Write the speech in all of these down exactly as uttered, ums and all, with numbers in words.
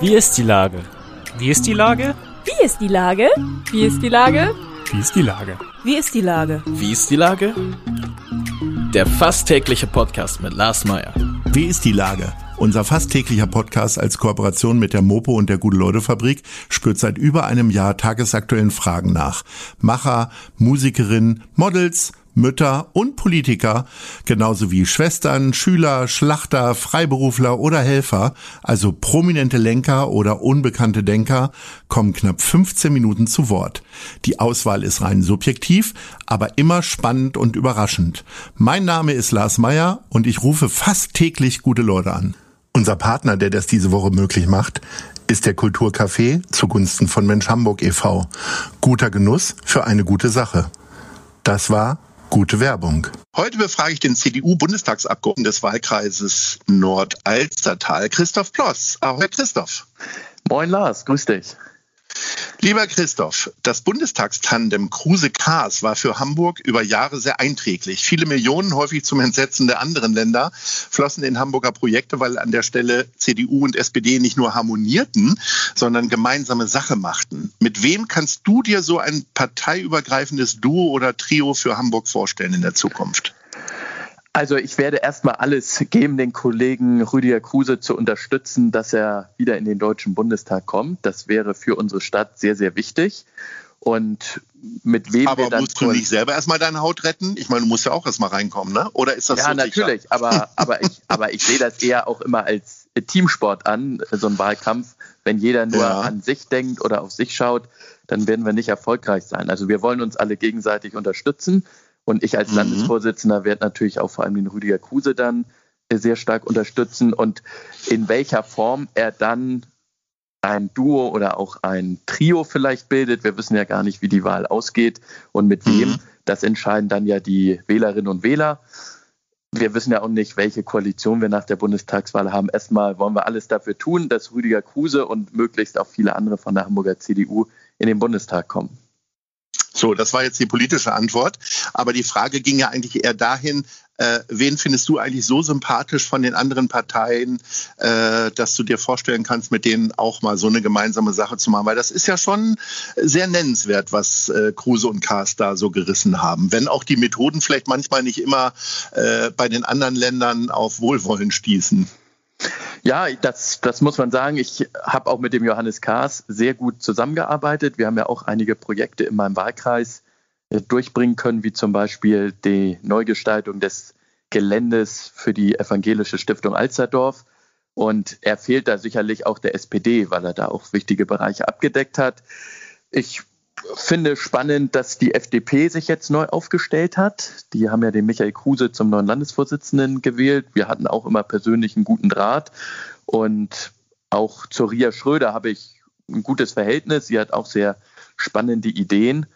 Wie ist die Lage? Wie ist die Lage? Wie ist die Lage? Wie ist die Lage? Wie ist die Lage? Wie ist die Lage? Wie ist die Lage? Der fast tägliche Podcast mit Lars Meyer. Wie ist die Lage? Unser fast täglicher Podcast als Kooperation mit der Mopo und der Gute-Leute-Fabrik spürt seit über einem Jahr tagesaktuellen Fragen nach. Macher, Musikerinnen, Models, Mütter und Politiker, genauso wie Schwestern, Schüler, Schlachter, Freiberufler oder Helfer, also prominente Lenker oder unbekannte Denker, kommen knapp fünfzehn Minuten zu Wort. Die Auswahl ist rein subjektiv, aber immer spannend und überraschend. Mein Name ist Lars Meyer und ich rufe fast täglich gute Leute an. Unser Partner, der das diese Woche möglich macht, ist der Kulturcafé zugunsten von Mensch Hamburg e V. Guter Genuss für eine gute Sache. Das war gute Werbung. Heute befrage ich den C D U-Bundestagsabgeordneten des Wahlkreises Nordalstertal, Christoph Ploss. Ahoi, Christoph. Moin Lars, grüß dich. Lieber Christoph, das Bundestagstandem Kruse-Kaas war für Hamburg über Jahre sehr einträglich. Viele Millionen, häufig zum Entsetzen der anderen Länder, flossen in Hamburger Projekte, weil an der Stelle C D U und S P D nicht nur harmonierten, sondern gemeinsame Sache machten. Mit wem kannst du dir so ein parteiübergreifendes Duo oder Trio für Hamburg vorstellen in der Zukunft? Also ich werde erstmal alles geben, den Kollegen Rüdiger Kruse zu unterstützen, dass er wieder in den Deutschen Bundestag kommt. Das wäre für unsere Stadt sehr, sehr wichtig. Und mit wem aber wir dann... Aber musst du nicht selber erstmal deine Haut retten? Ich meine, du musst ja auch erstmal reinkommen, ne? Oder ist das ja, so sicher? Ja, natürlich. Aber, aber, ich, aber ich sehe das eher auch immer als Teamsport an, so ein Wahlkampf. Wenn jeder nur ja. an sich denkt oder auf sich schaut, dann werden wir nicht erfolgreich sein. Also wir wollen uns alle gegenseitig unterstützen. Und ich als Landesvorsitzender werde natürlich auch vor allem den Rüdiger Kruse dann sehr stark unterstützen. Und in welcher Form er dann ein Duo oder auch ein Trio vielleicht bildet, wir wissen ja gar nicht, wie die Wahl ausgeht und mit wem, mhm. das entscheiden dann ja die Wählerinnen und Wähler. Wir wissen ja auch nicht, welche Koalition wir nach der Bundestagswahl haben. Erstmal wollen wir alles dafür tun, dass Rüdiger Kruse und möglichst auch viele andere von der Hamburger C D U in den Bundestag kommen. So, das war jetzt die politische Antwort. Aber die Frage ging ja eigentlich eher dahin, äh, wen findest du eigentlich so sympathisch von den anderen Parteien, äh, dass du dir vorstellen kannst, mit denen auch mal so eine gemeinsame Sache zu machen? Weil das ist ja schon sehr nennenswert, was äh, Kruse und Kaas da so gerissen haben. Wenn auch die Methoden vielleicht manchmal nicht immer äh, bei den anderen Ländern auf Wohlwollen stießen. Ja, das, das muss man sagen. Ich habe auch mit dem Johannes Kaas sehr gut zusammengearbeitet. Wir haben ja auch einige Projekte in meinem Wahlkreis durchbringen können, wie zum Beispiel die Neugestaltung des Geländes für die Evangelische Stiftung Alsterdorf. Und er fehlt da sicherlich auch der S P D, weil er da auch wichtige Bereiche abgedeckt hat. Ich finde spannend, dass die F D P sich jetzt neu aufgestellt hat. Die haben ja den Michael Kruse zum neuen Landesvorsitzenden gewählt. Wir hatten auch immer persönlich einen guten Draht. Und auch zur Ria Schröder habe ich ein gutes Verhältnis. Sie hat auch sehr spannende Ideen.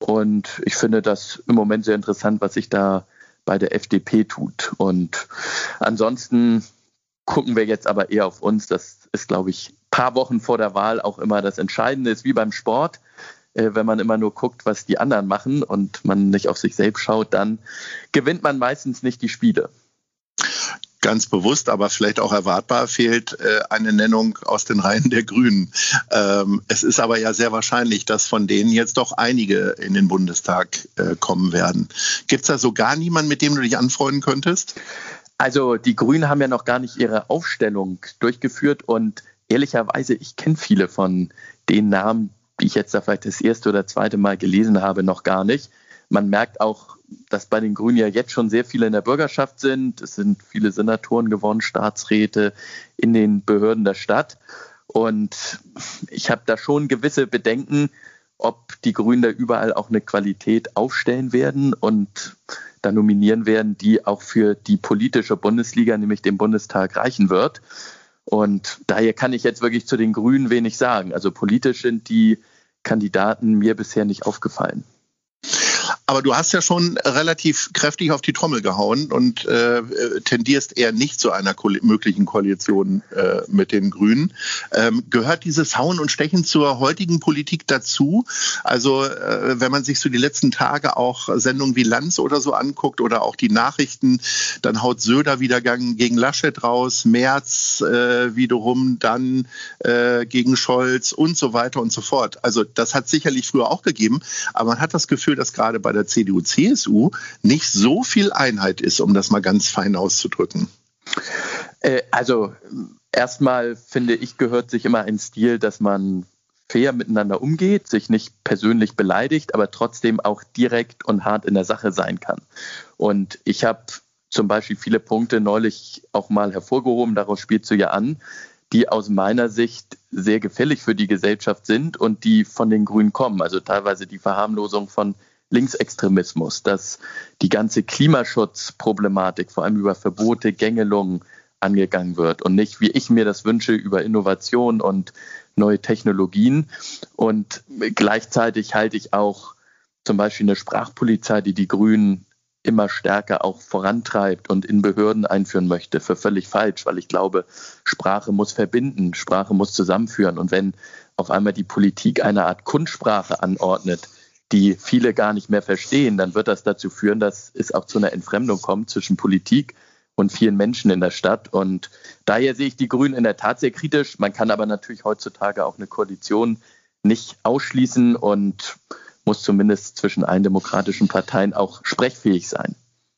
Und ich finde das im Moment sehr interessant, was sich da bei der F D P tut. Und ansonsten gucken wir jetzt aber eher auf uns. Das ist, glaube ich, ein paar Wochen vor der Wahl auch immer das Entscheidende. Ist wie beim Sport. Wenn man immer nur guckt, was die anderen machen und man nicht auf sich selbst schaut, dann gewinnt man meistens nicht die Spiele. Ganz bewusst, aber vielleicht auch erwartbar, fehlt äh, eine Nennung aus den Reihen der Grünen. Ähm, es ist aber ja sehr wahrscheinlich, dass von denen jetzt doch einige in den Bundestag äh, kommen werden. Gibt es da so gar niemanden, mit dem du dich anfreunden könntest? Also die Grünen haben ja noch gar nicht ihre Aufstellung durchgeführt und ehrlicherweise, ich kenne viele von den Namen, die ich jetzt da vielleicht das erste oder zweite Mal gelesen habe, noch gar nicht. Man merkt auch, dass bei den Grünen ja jetzt schon sehr viele in der Bürgerschaft sind. Es sind viele Senatoren gewonnen, Staatsräte in den Behörden der Stadt. Und ich habe da schon gewisse Bedenken, ob die Grünen da überall auch eine Qualität aufstellen werden und da nominieren werden, die auch für die politische Bundesliga, nämlich den Bundestag, reichen wird. Und daher kann ich jetzt wirklich zu den Grünen wenig sagen. Also politisch sind die Kandidaten mir bisher nicht aufgefallen. Aber du hast ja schon relativ kräftig auf die Trommel gehauen und äh, tendierst eher nicht zu einer ko- möglichen Koalition äh, mit den Grünen. Ähm, gehört dieses Hauen und Stechen zur heutigen Politik dazu? Also äh, wenn man sich so die letzten Tage auch Sendungen wie Lanz oder so anguckt oder auch die Nachrichten, dann haut Söder wieder gegen Laschet raus, Merz äh, wiederum dann äh, gegen Scholz und so weiter und so fort. Also das hat sicherlich früher auch gegeben, aber man hat das Gefühl, dass gerade bei der C D U C S U nicht so viel Einheit ist, um das mal ganz fein auszudrücken. Äh, also erstmal finde ich, gehört sich immer ein Stil, dass man fair miteinander umgeht, sich nicht persönlich beleidigt, aber trotzdem auch direkt und hart in der Sache sein kann. Und ich habe zum Beispiel viele Punkte neulich auch mal hervorgehoben, darauf spielst du ja an, die aus meiner Sicht sehr gefährlich für die Gesellschaft sind und die von den Grünen kommen. Also teilweise die Verharmlosung von Linksextremismus, dass die ganze Klimaschutzproblematik vor allem über Verbote, Gängelungen angegangen wird und nicht, wie ich mir das wünsche, über Innovation und neue Technologien. Und gleichzeitig halte ich auch zum Beispiel eine Sprachpolizei, die die Grünen immer stärker auch vorantreibt und in Behörden einführen möchte, für völlig falsch, weil ich glaube, Sprache muss verbinden, Sprache muss zusammenführen. Und wenn auf einmal die Politik eine Art Kunstsprache anordnet, die viele gar nicht mehr verstehen, dann wird das dazu führen, dass es auch zu einer Entfremdung kommt zwischen Politik und vielen Menschen in der Stadt. Und daher sehe ich die Grünen in der Tat sehr kritisch. Man kann aber natürlich heutzutage auch eine Koalition nicht ausschließen und muss zumindest zwischen allen demokratischen Parteien auch sprechfähig sein.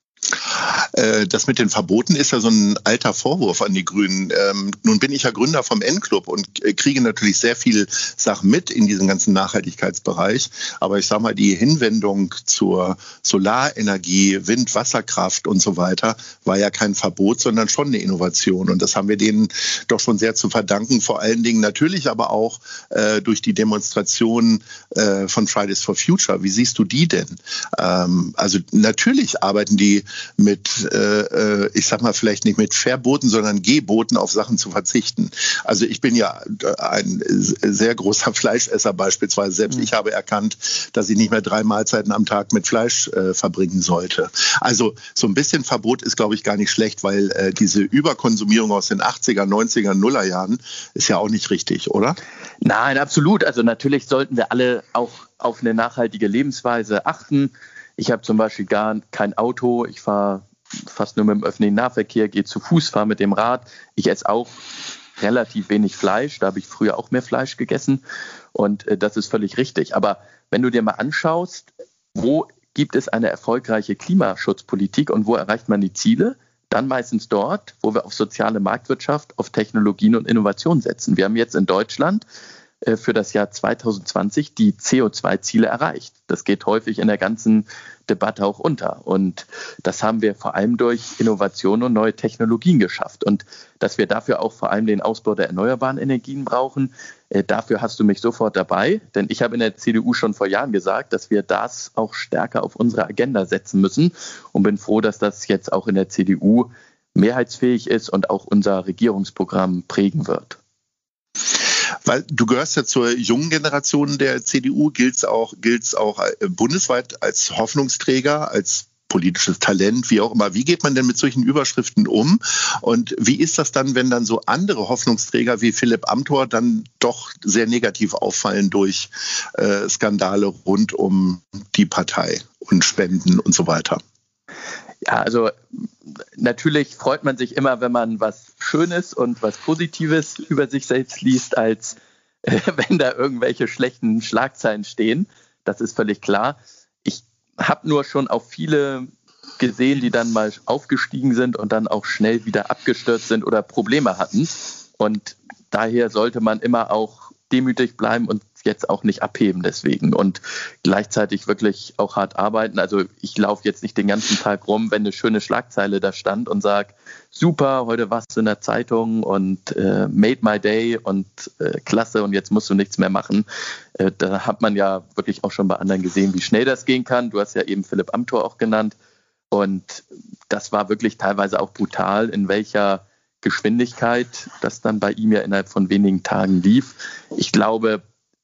Das mit den Verboten ist ja so ein alter Vorwurf an die Grünen. Ähm, nun bin ich ja Gründer vom N-Club und kriege natürlich sehr viel Sachen mit in diesem ganzen Nachhaltigkeitsbereich. Aber ich sage mal, die Hinwendung zur Solarenergie, Wind, Wasserkraft und so weiter war ja kein Verbot, sondern schon eine Innovation. Und das haben wir denen doch schon sehr zu verdanken. Vor allen Dingen natürlich aber auch äh, durch die Demonstrationen äh, von Fridays for Future. Wie siehst du die denn? Ähm, also natürlich arbeiten die mit, äh, ich sag mal, vielleicht nicht mit Verboten, sondern Geboten auf Sachen zu verzichten. Also ich bin ja ein sehr großer Fleischesser beispielsweise. Selbst mhm. ich habe erkannt, dass ich nicht mehr drei Mahlzeiten am Tag mit Fleisch äh, verbringen sollte. Also so ein bisschen Verbot ist, glaube ich, gar nicht schlecht, weil äh, diese Überkonsumierung aus den achtziger, neunziger, Nullerjahren ist ja auch nicht richtig, oder? Nein, absolut. Also natürlich sollten wir alle auch auf eine nachhaltige Lebensweise achten. Ich habe zum Beispiel gar kein Auto, ich fahre fast nur mit dem öffentlichen Nahverkehr, gehe zu Fuß, fahre mit dem Rad. Ich esse auch relativ wenig Fleisch, da habe ich früher auch mehr Fleisch gegessen und äh, das ist völlig richtig. Aber wenn du dir mal anschaust, wo gibt es eine erfolgreiche Klimaschutzpolitik und wo erreicht man die Ziele, dann meistens dort, wo wir auf soziale Marktwirtschaft, auf Technologien und Innovation setzen. Wir haben jetzt in Deutschland für das Jahr zwanzig zwanzig die C O zwei Ziele erreicht. Das geht häufig in der ganzen Debatte auch unter. Und das haben wir vor allem durch Innovation und neue Technologien geschafft. Und dass wir dafür auch vor allem den Ausbau der erneuerbaren Energien brauchen, äh, dafür hast du mich sofort dabei. Denn ich habe in der C D U schon vor Jahren gesagt, dass wir das auch stärker auf unsere Agenda setzen müssen. Und bin froh, dass das jetzt auch in der C D U mehrheitsfähig ist und auch unser Regierungsprogramm prägen wird. Weil du gehörst ja zur jungen Generation der C D U, gilt's auch, gilt's auch bundesweit als Hoffnungsträger, als politisches Talent, wie auch immer. Wie geht man denn mit solchen Überschriften um? Und wie ist das dann, wenn dann so andere Hoffnungsträger wie Philipp Amthor dann doch sehr negativ auffallen durch äh, Skandale rund um die Partei und Spenden und so weiter? Ja, also natürlich freut man sich immer, wenn man was Schönes und was Positives über sich selbst liest, als äh, wenn da irgendwelche schlechten Schlagzeilen stehen. Das ist völlig klar. Ich habe nur schon auch viele gesehen, die dann mal aufgestiegen sind und dann auch schnell wieder abgestürzt sind oder Probleme hatten. Und daher sollte man immer auch demütig bleiben und jetzt auch nicht abheben deswegen und gleichzeitig wirklich auch hart arbeiten. Also ich laufe jetzt nicht den ganzen Tag rum, wenn eine schöne Schlagzeile da stand und sage, super, heute warst du in der Zeitung und äh, made my day und äh, klasse und jetzt musst du nichts mehr machen. Äh, da hat man ja wirklich auch schon bei anderen gesehen, wie schnell das gehen kann. Du hast ja eben Philipp Amthor auch genannt und das war wirklich teilweise auch brutal, in welcher Geschwindigkeit das dann bei ihm ja innerhalb von wenigen Tagen lief. Ich glaube,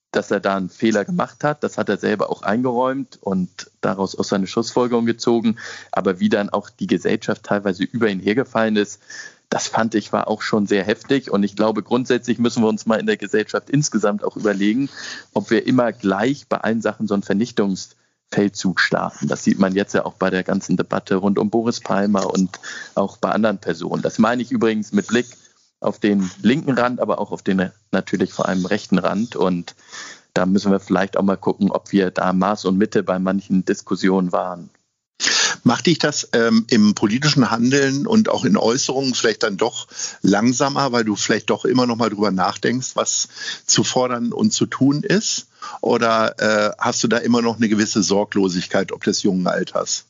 dass er da einen Fehler gemacht hat. Das hat er selber auch eingeräumt und daraus auch seine Schlussfolgerung gezogen. Aber wie dann auch die Gesellschaft teilweise über ihn hergefallen ist, das fand ich war auch schon sehr heftig. Und ich glaube, grundsätzlich müssen wir uns mal in der Gesellschaft insgesamt auch überlegen, ob wir immer gleich bei allen Sachen so einen Vernichtungsfeldzug starten. Das sieht man jetzt ja auch bei der ganzen Debatte rund um Boris Palmer und auch bei anderen Personen. Das meine ich übrigens mit Blick auf den linken Rand, aber auch auf den natürlich vor allem rechten Rand. Und da müssen wir vielleicht auch mal gucken, ob wir da Maß und Mitte bei manchen Diskussionen waren. Macht dich das ähm, im politischen Handeln und auch in Äußerungen vielleicht dann doch langsamer, weil du vielleicht doch immer noch mal drüber nachdenkst, was zu fordern und zu tun ist? Oder äh, hast du da immer noch eine gewisse Sorglosigkeit ob des jungen Alters?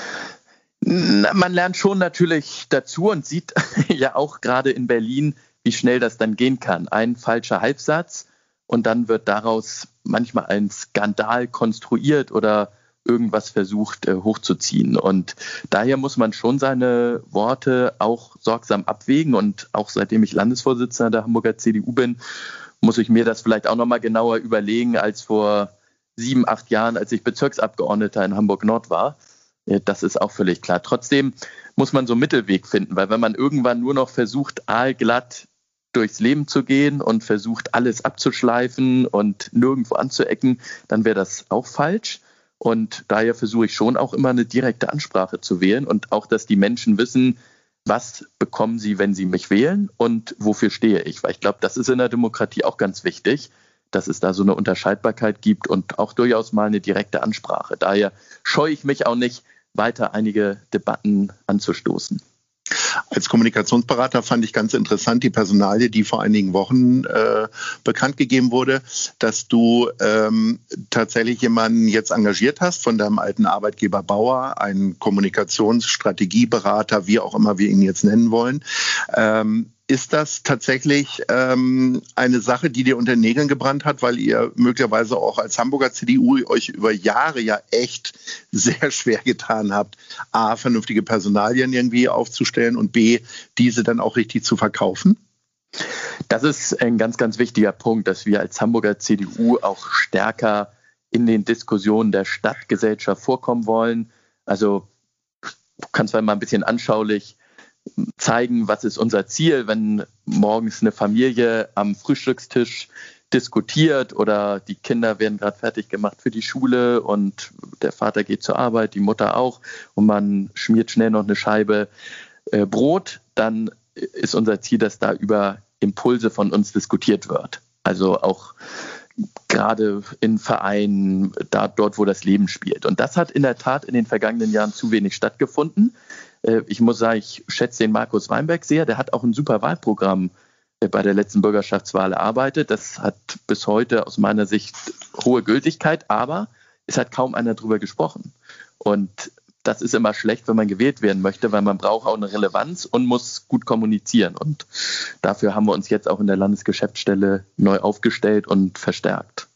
Man lernt schon natürlich dazu und sieht ja auch gerade in Berlin, wie schnell das dann gehen kann. Ein falscher Halbsatz und dann wird daraus manchmal ein Skandal konstruiert oder irgendwas versucht äh, hochzuziehen. Und daher muss man schon seine Worte auch sorgsam abwägen. Und auch seitdem ich Landesvorsitzender der Hamburger C D U bin, muss ich mir das vielleicht auch noch mal genauer überlegen als vor sieben, acht Jahren, als ich Bezirksabgeordneter in Hamburg-Nord war. Das ist auch völlig klar. Trotzdem muss man so einen Mittelweg finden, weil wenn man irgendwann nur noch versucht, aalglatt durchs Leben zu gehen und versucht, alles abzuschleifen und nirgendwo anzuecken, dann wäre das auch falsch. Und daher versuche ich schon auch immer eine direkte Ansprache zu wählen und auch, dass die Menschen wissen, was bekommen sie, wenn sie mich wählen und wofür stehe ich. Weil ich glaube, das ist in der Demokratie auch ganz wichtig, dass es da so eine Unterscheidbarkeit gibt und auch durchaus mal eine direkte Ansprache. Daher scheue ich mich auch nicht, weiter einige Debatten anzustoßen. Als Kommunikationsberater fand ich ganz interessant die Personalie, die vor einigen Wochen äh, bekannt gegeben wurde, dass du ähm, tatsächlich jemanden jetzt engagiert hast von deinem alten Arbeitgeber Bauer, einen Kommunikationsstrategieberater, wie auch immer wir ihn jetzt nennen wollen. Ähm, Ist das tatsächlich ähm, eine Sache, die dir unter den Nägeln gebrannt hat, weil ihr möglicherweise auch als Hamburger C D U euch über Jahre ja echt sehr schwer getan habt, A, vernünftige Personalien irgendwie aufzustellen und B, diese dann auch richtig zu verkaufen? Das ist ein ganz, ganz wichtiger Punkt, dass wir als Hamburger C D U auch stärker in den Diskussionen der Stadtgesellschaft vorkommen wollen. Also du kannst mal ein bisschen anschaulich zeigen, was ist unser Ziel, wenn morgens eine Familie am Frühstückstisch diskutiert oder die Kinder werden gerade fertig gemacht für die Schule und der Vater geht zur Arbeit, die Mutter auch und man schmiert schnell noch eine Scheibe äh, Brot, dann ist unser Ziel, dass da über Impulse von uns diskutiert wird. Also auch gerade in Vereinen, da, dort, wo das Leben spielt. Und das hat in der Tat in den vergangenen Jahren zu wenig stattgefunden. Ich muss sagen, ich schätze den Markus Weinberg sehr. Der hat auch ein super Wahlprogramm bei der letzten Bürgerschaftswahl erarbeitet. Das hat bis heute aus meiner Sicht hohe Gültigkeit, aber es hat kaum einer drüber gesprochen. Und das ist immer schlecht, wenn man gewählt werden möchte, weil man braucht auch eine Relevanz und muss gut kommunizieren. Und dafür haben wir uns jetzt auch in der Landesgeschäftsstelle neu aufgestellt und verstärkt.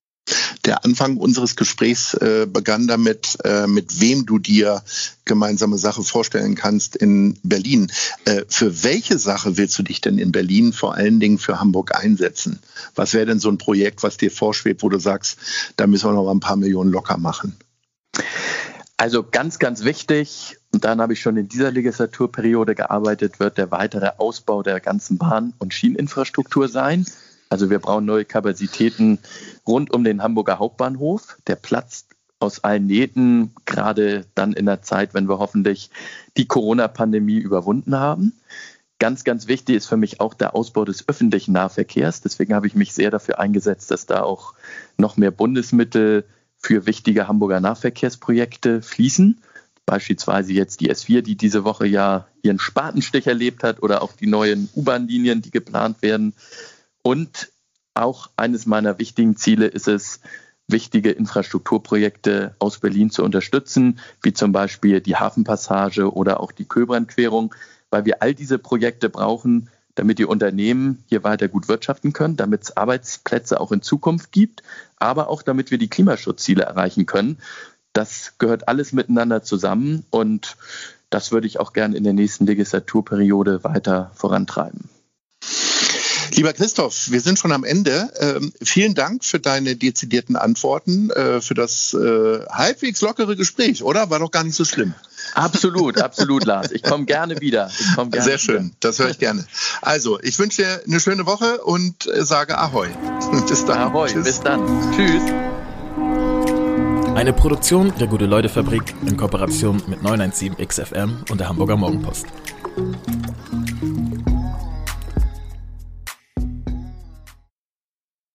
Der Anfang unseres Gesprächs äh, begann damit, äh, mit wem du dir gemeinsame Sache vorstellen kannst in Berlin. Äh, für welche Sache willst du dich denn in Berlin vor allen Dingen für Hamburg einsetzen? Was wäre denn so ein Projekt, was dir vorschwebt, wo du sagst, da müssen wir noch ein paar Millionen locker machen? Also ganz, ganz wichtig, und dann habe ich schon in dieser Legislaturperiode gearbeitet, wird der weitere Ausbau der ganzen Bahn- und Schieneninfrastruktur sein. Also wir brauchen neue Kapazitäten rund um den Hamburger Hauptbahnhof. Der platzt aus allen Nähten, gerade dann in der Zeit, wenn wir hoffentlich die Corona-Pandemie überwunden haben. Ganz, ganz wichtig ist für mich auch der Ausbau des öffentlichen Nahverkehrs. Deswegen habe ich mich sehr dafür eingesetzt, dass da auch noch mehr Bundesmittel für wichtige Hamburger Nahverkehrsprojekte fließen. Beispielsweise jetzt die S vier, die diese Woche ja ihren Spatenstich erlebt hat, oder auch die neuen U-Bahn-Linien, die geplant werden. Und auch eines meiner wichtigen Ziele ist es, wichtige Infrastrukturprojekte aus Berlin zu unterstützen, wie zum Beispiel die Hafenpassage oder auch die Köbrandquerung, weil wir all diese Projekte brauchen, damit die Unternehmen hier weiter gut wirtschaften können, damit es Arbeitsplätze auch in Zukunft gibt, aber auch damit wir die Klimaschutzziele erreichen können. Das gehört alles miteinander zusammen und das würde ich auch gerne in der nächsten Legislaturperiode weiter vorantreiben. Lieber Christoph, wir sind schon am Ende. Ähm, vielen Dank für deine dezidierten Antworten, äh, für das äh, halbwegs lockere Gespräch, oder? War doch gar nicht so schlimm. Absolut, absolut, Lars. Ich komme gerne wieder. Ich komm gerne Sehr schön, wieder. Das höre ich gerne. Also, ich wünsche dir eine schöne Woche und äh, sage Ahoi. Bis dann. Ahoi, Tschüss. bis dann. Tschüss. Eine Produktion der Gute-Leute-Fabrik in Kooperation mit neun eins sieben X F M und der Hamburger Morgenpost.